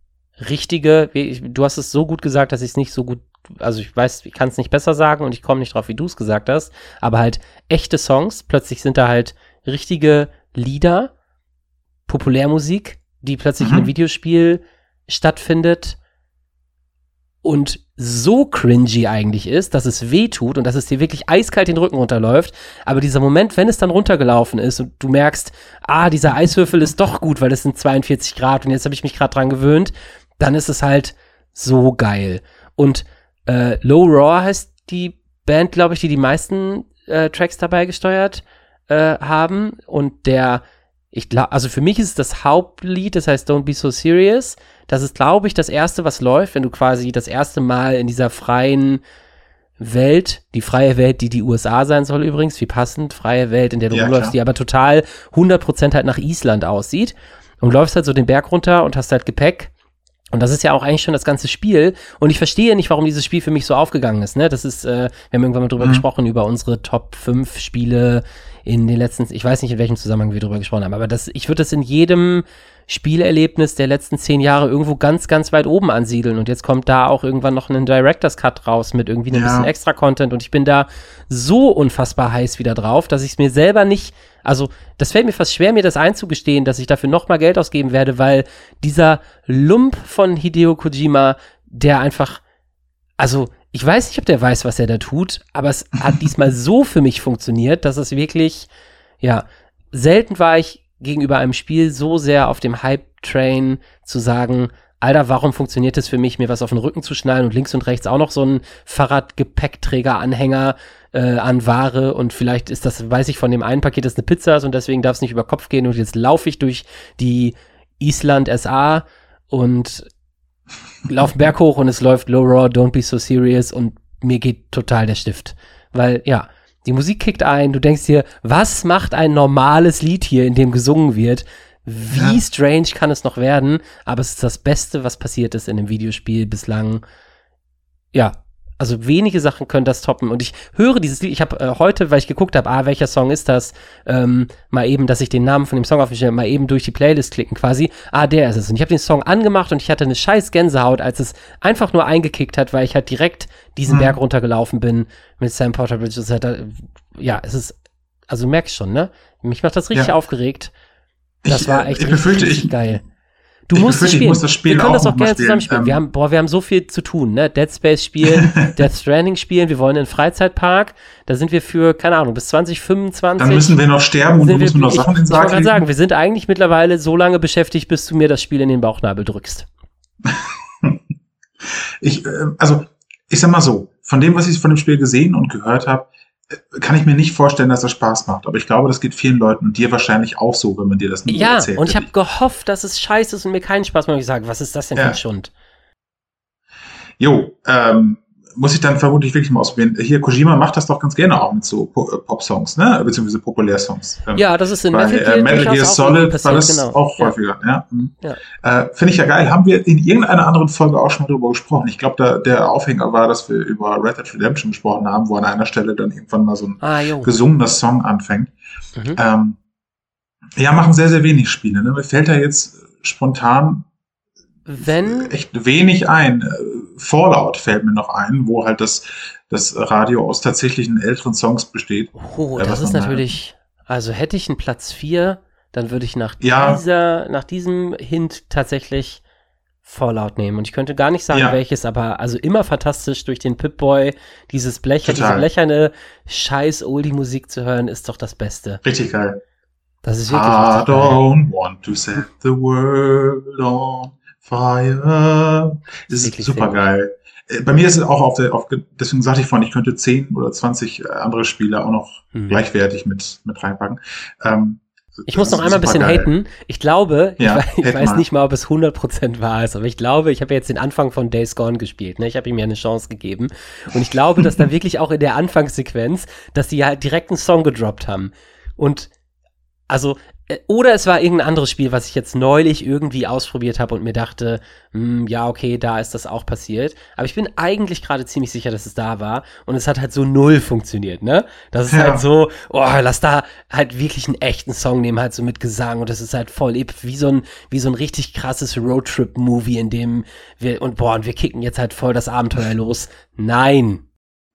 du hast es so gut gesagt, dass ich es nicht so gut, also ich kann es nicht besser sagen und ich komme nicht drauf, wie du es gesagt hast, aber halt echte Songs, plötzlich sind da halt richtige Lieder, Populärmusik, die plötzlich in einem Videospiel stattfindet und so cringy eigentlich ist, dass es weh tut und dass es dir wirklich eiskalt den Rücken runterläuft. Aber dieser Moment, wenn es dann runtergelaufen ist und du merkst, dieser Eiswürfel ist doch gut, weil es sind 42 Grad und jetzt habe ich mich gerade dran gewöhnt, dann ist es halt so geil. Und Low Roar heißt die Band, glaube ich, die meisten Tracks dabei gesteuert haben. Und also für mich ist es das Hauptlied, das heißt Don't Be So Serious. Das ist, glaube ich, das erste, was läuft, wenn du quasi das erste Mal in dieser freien Welt, die freie Welt, die USA sein soll übrigens, wie passend, freie Welt, in der du rumläufst, die aber total 100% halt nach Island aussieht und läufst halt so den Berg runter und hast halt Gepäck Und das ist ja auch eigentlich schon das ganze Spiel. Und ich verstehe nicht, warum dieses Spiel für mich so aufgegangen ist. Ne? Das ist, wir haben irgendwann mal drüber gesprochen, über unsere Top 5 Spiele in den letzten, ich weiß nicht, in welchem Zusammenhang wir drüber gesprochen haben, aber ich würde das in jedem Spielerlebnis der letzten 10 Jahre irgendwo ganz, ganz weit oben ansiedeln. Und jetzt kommt da auch irgendwann noch ein Director's Cut raus mit irgendwie ein bisschen extra Content. Und ich bin da so unfassbar heiß wieder drauf, dass ich es mir selber nicht, also das fällt mir fast schwer, mir das einzugestehen, dass ich dafür noch mal Geld ausgeben werde, weil dieser Lump von Hideo Kojima, der einfach, also ich weiß nicht, ob der weiß, was er da tut, aber es hat diesmal so für mich funktioniert, dass es wirklich, ja, selten war ich gegenüber einem Spiel so sehr auf dem Hype-Train zu sagen, Alter, warum funktioniert es für mich, mir was auf den Rücken zu schnallen und links und rechts auch noch so ein Fahrradgepäckträger-Anhänger an Ware und vielleicht ist das, weiß ich von dem einen Paket, das eine Pizza ist und deswegen darf es nicht über Kopf gehen und jetzt laufe ich durch die Island SA und laufe Berg hoch und es läuft Low Raw, Don't Be So Serious und mir geht total der Stift. Weil, ja, die Musik kickt ein, du denkst dir, was macht ein normales Lied hier, in dem gesungen wird? Wie strange kann es noch werden? Aber es ist das Beste, was passiert ist in dem Videospiel bislang. Ja, also wenige Sachen können das toppen. Und ich höre dieses Lied, ich habe heute, weil ich geguckt habe, welcher Song ist das, mal eben, dass ich den Namen von dem Song aufgestellt habe, mal eben durch die Playlist klicken quasi. Der ist es. Und ich habe den Song angemacht und ich hatte eine scheiß Gänsehaut, als es einfach nur eingekickt hat, weil ich halt direkt diesen Berg runtergelaufen bin mit Sam Porter Bridges. Ja, es ist, also du merkst schon, ne? Mich macht das richtig aufgeregt. Das war echt richtig geil. Du musst es spielen. Ich muss das Spiel wir können auch das auch gerne zusammen spielen. Wir haben so viel zu tun, ne? Dead Space spielen, Death Stranding spielen, wir wollen in einen Freizeitpark, da sind wir für, keine Ahnung, bis 2025. Dann müssen wir noch sterben und du musst mir noch Sachen in den Sarg legen. Ich wollte gerade sagen, wir sind eigentlich mittlerweile so lange beschäftigt, bis du mir das Spiel in den Bauchnabel drückst. Ich sag mal so, von dem, was ich von dem Spiel gesehen und gehört habe, kann ich mir nicht vorstellen, dass das Spaß macht. Aber ich glaube, das geht vielen Leuten und dir wahrscheinlich auch so, wenn man dir das nicht erzählt. Ja, und ich habe gehofft, dass es scheiße ist und mir keinen Spaß macht. Ich sage, was ist das denn für ein Schund? Jo, muss ich dann vermutlich wirklich mal ausprobieren. Hier, Kojima macht das doch ganz gerne auch mit so Pop-Songs, ne? Beziehungsweise Populärsongs. Ja, das ist in Metal Gear Solid war das auch häufiger. Ja. Finde ich ja geil. Haben wir in irgendeiner anderen Folge auch schon drüber gesprochen. Ich glaube, der Aufhänger war, dass wir über Red Dead Redemption gesprochen haben, wo an einer Stelle dann irgendwann mal so ein gesungener Song anfängt. Machen sehr, sehr wenig Spiele. Ne? Mir fällt da jetzt spontan echt wenig ein. Fallout fällt mir noch ein, wo halt das Radio aus tatsächlichen älteren Songs besteht. Oh, das ist natürlich, also hätte ich einen Platz 4, dann würde ich nach diesem Hint tatsächlich Fallout nehmen. Und ich könnte gar nicht sagen, welches, aber also immer fantastisch durch den Pip-Boy, diese blecherne Scheiß-Oldie-Musik zu hören, ist doch das Beste. Richtig geil. Das ist wirklich I don't want to set the world on fire. Das ist super geil. Bei mir ist es auch deswegen sagte ich vorhin, ich könnte 10 oder 20 andere Spiele auch noch gleichwertig mit reinpacken. Ich muss noch einmal ein bisschen haten. Ich glaube, ich weiß nicht mal, ob es 100% wahr ist, aber ich glaube, ich habe jetzt den Anfang von Days Gone gespielt, ne? Ich habe ihm ja eine Chance gegeben. Und ich glaube, dass da wirklich auch in der Anfangssequenz, dass die halt direkt einen Song gedroppt haben. Und also, oder es war irgendein anderes Spiel, was ich jetzt neulich irgendwie ausprobiert habe und mir dachte, ja, okay, da ist das auch passiert. Aber ich bin eigentlich gerade ziemlich sicher, dass es da war. Und es hat halt so null funktioniert, ne? Das ist halt so, lass da halt wirklich einen echten Song nehmen, halt so mit Gesang. Und das ist halt voll wie so ein richtig krasses Roadtrip-Movie, in dem wir kicken jetzt halt voll das Abenteuer los. Nein.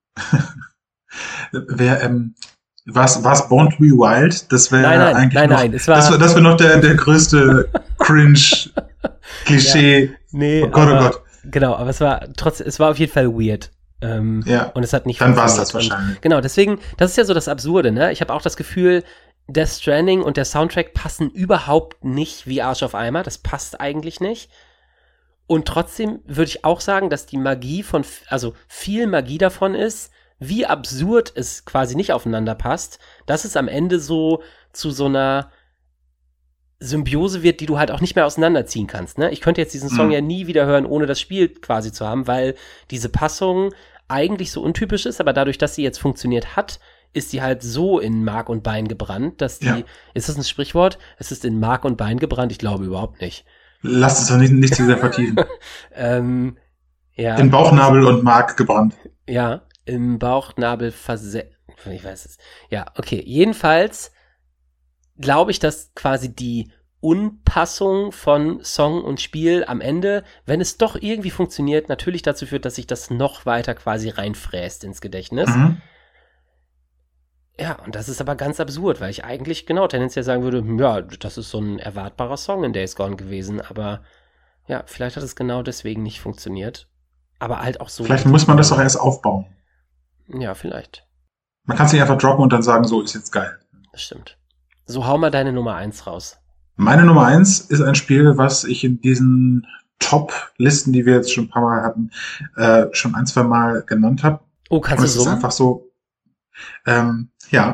War's Born to be Wild? Das wäre eigentlich nein. Das wäre noch der größte Cringe-Klischee. Nee, oh Gott. Genau, aber es war auf jeden Fall weird. Und es hat nicht dann war es das wahrscheinlich. Und, genau, deswegen, das ist ja so das Absurde, ne? Ich habe auch das Gefühl, Death Stranding und der Soundtrack passen überhaupt nicht wie Arsch auf Eimer. Das passt eigentlich nicht. Und trotzdem würde ich auch sagen, dass die Magie viel Magie davon ist, wie absurd es quasi nicht aufeinander passt, dass es am Ende so zu so einer Symbiose wird, die du halt auch nicht mehr auseinanderziehen kannst. Ne? Ich könnte jetzt diesen Song ja nie wieder hören, ohne das Spiel quasi zu haben, weil diese Passung eigentlich so untypisch ist, aber dadurch, dass sie jetzt funktioniert hat, ist die halt so in Mark und Bein gebrannt, dass ist das ein Sprichwort? Es ist in Mark und Bein gebrannt? Ich glaube überhaupt nicht. Lass uns doch nicht zu sehr vertiefen. Ja. In Bauchnabel und Mark gebrannt. Ja, im Bauchnabel ich weiß es. Ja, okay. Jedenfalls glaube ich, dass quasi die Unpassung von Song und Spiel am Ende, wenn es doch irgendwie funktioniert, natürlich dazu führt, dass sich das noch weiter quasi reinfräst ins Gedächtnis. Mhm. Ja, und das ist aber ganz absurd, weil ich eigentlich genau tendenziell sagen würde, ja, das ist so ein erwartbarer Song in Days Gone gewesen, aber ja, vielleicht hat es genau deswegen nicht funktioniert. Aber halt auch so. Vielleicht muss man das doch erst aufbauen. Ja, vielleicht. Man kann es nicht einfach droppen und dann sagen, so ist jetzt geil. Das stimmt. So, hau mal deine Nummer 1 raus. Meine Nummer 1 ist ein Spiel, was ich in diesen Top-Listen, die wir jetzt schon ein paar Mal hatten, schon 1-2 Mal genannt habe. Oh, kannst du so? Es ist einfach so, ja.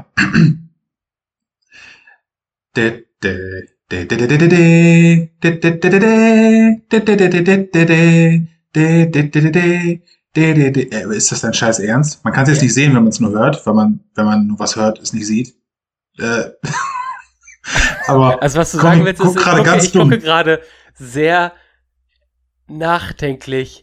Ist das dein Scheiß Ernst? Man kann es jetzt nicht sehen, wenn man es nur hört, wenn man nur was hört, es nicht sieht. Aber also was du sagen willst, ist, ich gucke gerade sehr nachdenklich.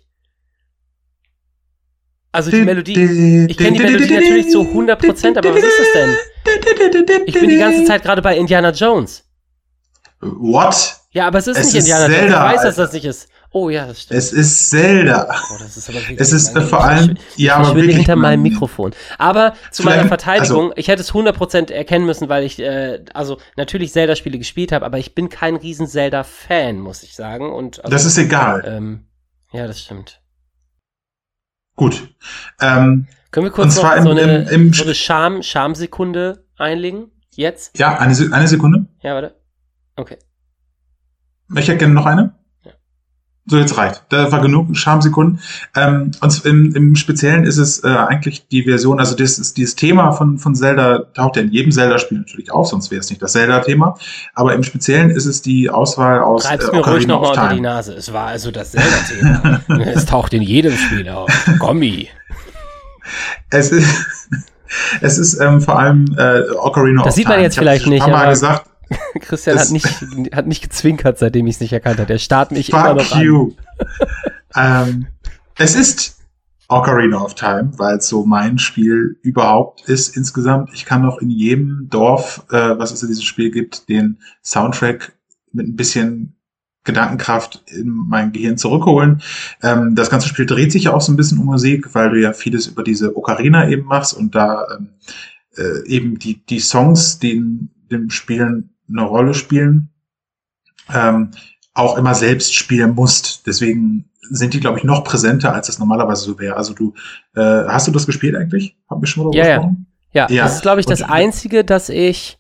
Also die Melodie, ich kenne die Melodie natürlich zu 100%, aber was ist das denn? Ich bin die ganze Zeit gerade bei Indiana Jones. What? Ja, aber es ist nicht Indiana Jones, ich weiß, dass das nicht ist. Oh ja, das stimmt. Es ist Zelda. Oh, das ist aber wirklich es ist vor allem, ja, aber wirklich hinter meinem Mikrofon. Aber zu meiner Verteidigung, ich hätte es 100% erkennen müssen, weil ich, also natürlich Zelda-Spiele gespielt habe, aber ich bin kein riesen Zelda-Fan, muss ich sagen. Und, also, das ist egal. Ja, das stimmt. Gut. Können wir kurz noch so eine Charmsekunde einlegen? Jetzt? Ja, eine Sekunde. Ja, warte. Okay. Ich hätte gerne noch eine. Ja. So, jetzt reicht. Da war genug Charmsekunden. Und im Speziellen ist es eigentlich die Version, also dieses Thema von Zelda taucht ja in jedem Zelda-Spiel natürlich auf, sonst wäre es nicht das Zelda-Thema. Aber im Speziellen ist es die Auswahl aus Treib's mir ruhig nochmal unter die Nase. Es war also das Zelda-Thema. Es taucht in jedem Spiel auf. Gommi. Es ist vor allem Ocarina of Time. Das sieht man jetzt vielleicht nicht, aber gesagt, Christian hat nicht gezwinkert, seitdem ich es nicht erkannt habe. Er starrt mich immer noch an. Es ist Ocarina of Time, weil es so mein Spiel überhaupt ist insgesamt. Ich kann noch in jedem Dorf, was es in diesem Spiel gibt, den Soundtrack mit ein bisschen Gedankenkraft in mein Gehirn zurückholen. Das ganze Spiel dreht sich ja auch so ein bisschen um Musik, weil du ja vieles über diese Ocarina eben machst und da eben die Songs, die in dem Spielen eine Rolle spielen, auch immer selbst spielen musst. Deswegen sind die, glaube ich, noch präsenter, als das normalerweise so wäre. Also hast du das gespielt eigentlich? Haben wir schon mal darüber gesprochen? Ja, das ist, glaube ich, das Einzige, dass ich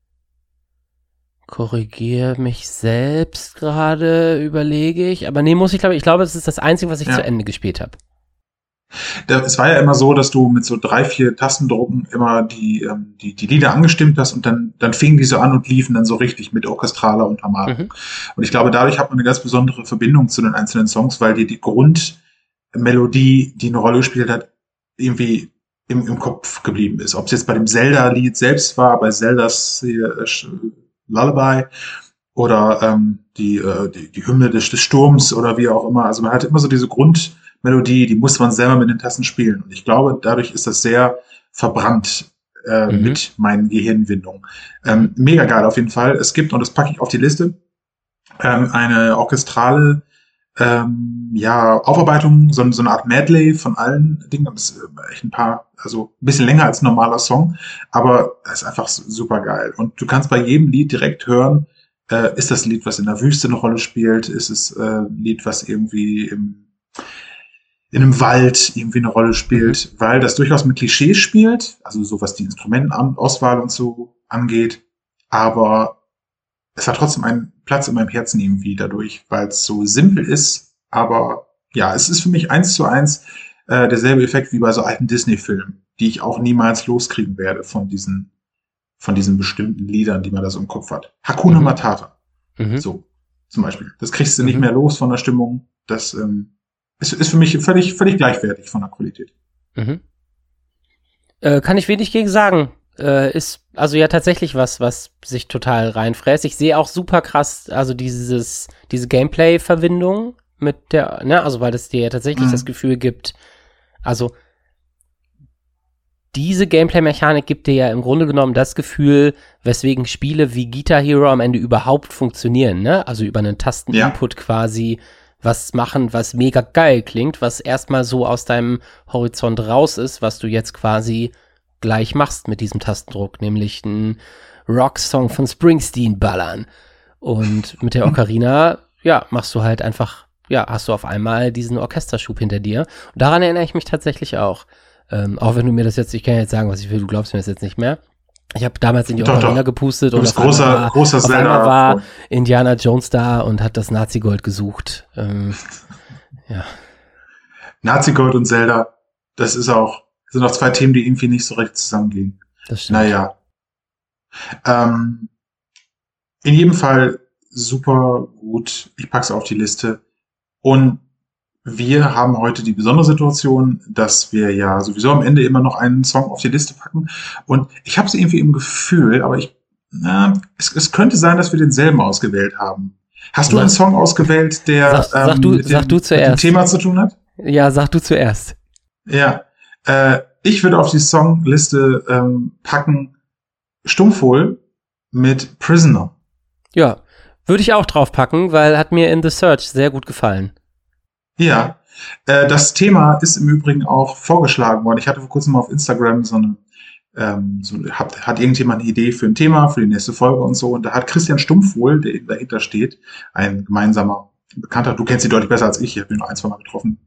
korrigiere mich selbst gerade, überlege ich. Aber nee, ich glaube, das ist das Einzige, was ich zu Ende gespielt habe. Es war ja immer so, dass du mit so 3-4 Tastendrucken immer die Lieder angestimmt hast und dann fingen die so an und liefen dann so richtig mit orchestraler Untermalung. Und ich glaube, dadurch hat man eine ganz besondere Verbindung zu den einzelnen Songs, weil dir die Grundmelodie, die eine Rolle gespielt hat, irgendwie im Kopf geblieben ist. Ob es jetzt bei dem Zelda-Lied selbst war, bei Zeldas Lullaby oder die Hymne des Sturms oder wie auch immer. Also man hatte immer so diese Grundmelodie, die musste man selber mit den Tasten spielen. Und ich glaube, dadurch ist das sehr verbrannt mit meinen Gehirnwindungen. Mega geil auf jeden Fall. Es gibt, und das packe ich auf die Liste, eine orchestrale Aufarbeitung, so eine Art Medley von allen Dingen. Das ist echt ein bisschen länger als ein normaler Song, aber es ist einfach super geil. Und du kannst bei jedem Lied direkt hören, ist das Lied, was in der Wüste eine Rolle spielt, ist es ein Lied, was irgendwie in einem Wald irgendwie eine Rolle spielt, weil das durchaus mit Klischees spielt, also so was die Instrumentenauswahl und so angeht, aber es hat trotzdem einen Platz in meinem Herzen irgendwie dadurch, weil es so simpel ist, aber ja, es ist für mich 1:1 derselbe Effekt wie bei so alten Disney-Filmen, die ich auch niemals loskriegen werde von diesen bestimmten Liedern, die man da so im Kopf hat. Hakuna Matata, so zum Beispiel. Das kriegst du nicht mehr los von der Stimmung. Das ist für mich völlig gleichwertig von der Qualität. Kann ich wenig gegen sagen. ist also ja tatsächlich was sich total reinfräst. Ich sehe auch super krass, also diese Gameplay-Verbindung mit der, ne, also weil das dir ja tatsächlich das Gefühl gibt, also diese Gameplay-Mechanik gibt dir ja im Grunde genommen das Gefühl, weswegen Spiele wie Guitar Hero am Ende überhaupt funktionieren, ne? Also über einen Tasteninput quasi was machen, was mega geil klingt, was erstmal so aus deinem Horizont raus ist, was du jetzt quasi gleich machst mit diesem Tastendruck, nämlich einen Rock-Song von Springsteen ballern. Und mit der Ocarina, ja, machst du halt einfach, ja, hast du auf einmal diesen Orchesterschub hinter dir. Und daran erinnere ich mich tatsächlich auch. Auch wenn du mir das jetzt, ich kann ja jetzt sagen, was ich will, du glaubst mir das jetzt nicht mehr. Ich habe damals in die Ocarina gepustet und auf einmal war Indiana Jones da und hat das Nazi-Gold gesucht. Ja. Nazi-Gold und Zelda, das sind auch zwei Themen, die irgendwie nicht so recht zusammengehen. Das stimmt. Naja. In jedem Fall super gut. Ich pack's auf die Liste. Und wir haben heute die besondere Situation, dass wir ja sowieso am Ende immer noch einen Song auf die Liste packen. Und ich habe es irgendwie im Gefühl, aber es könnte sein, dass wir denselben ausgewählt haben. Hast du einen Song ausgewählt, der sag du zuerst. Mit dem Thema zu tun hat? Ja, sag du zuerst. Ja, ich würde auf die Songliste packen Stummfohl mit Prisoner. Ja, würde ich auch drauf packen, weil hat mir in The Search sehr gut gefallen. Ja, das Thema ist im Übrigen auch vorgeschlagen worden. Ich hatte vor kurzem mal auf Instagram hat irgendjemand eine Idee für ein Thema, für die nächste Folge und so. Und da hat Christian Stummfohl, der dahinter steht, ein gemeinsamer Bekannter, du kennst ihn deutlich besser als ich habe ihn noch 1-2 Mal getroffen,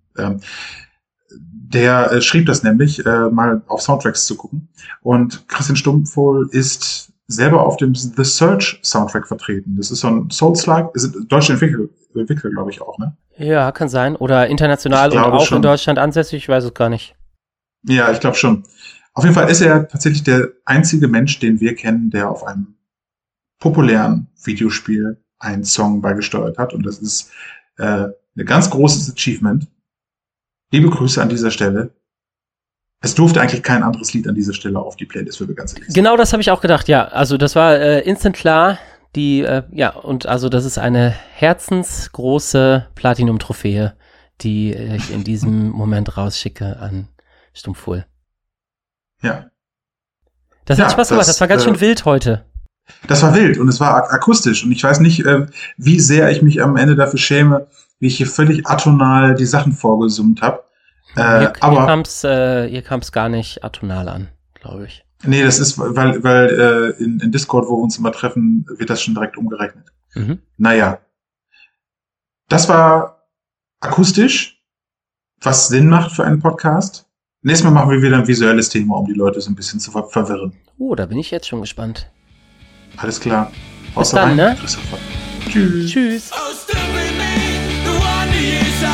der schrieb das nämlich, mal auf Soundtracks zu gucken. Und Christian Stummfohl ist selber auf dem The Search Soundtrack vertreten. Das ist so ein Souls-like, ist deutsch entwickelt, glaube ich auch, ne? Ja, kann sein. Oder international und auch schon in Deutschland ansässig, ich weiß es gar nicht. Ja, ich glaube schon. Auf jeden Fall ist er tatsächlich der einzige Mensch, den wir kennen, der auf einem populären Videospiel einen Song beigesteuert hat. Und das ist ein ganz großes Achievement. Liebe Grüße an dieser Stelle. Es durfte eigentlich kein anderes Lied an dieser Stelle auf die Playlist, für wir ganz ehrlich sind. Genau das habe ich auch gedacht, ja. Also das war instant klar. Und also das ist eine herzensgroße Platinum-Trophäe, die ich in diesem Moment rausschicke an Stummfohl. Ja. Das hat Spaß gemacht, das war ganz schön wild heute. Das war wild und es war akustisch und ich weiß nicht, wie sehr ich mich am Ende dafür schäme, wie ich hier völlig atonal die Sachen vorgesummt habe. Hier kam's gar nicht atonal an, glaube ich. Nee, das ist, weil in Discord, wo wir uns immer treffen, wird das schon direkt umgerechnet. Mhm. Naja. Das war akustisch, was Sinn macht für einen Podcast. Nächstes Mal machen wir wieder ein visuelles Thema, um die Leute so ein bisschen zu verwirren. Oh, da bin ich jetzt schon gespannt. Alles klar. Bis dann, ne? Christopher. Tschüss. Tschüss. Oh, stupid me, the wonder is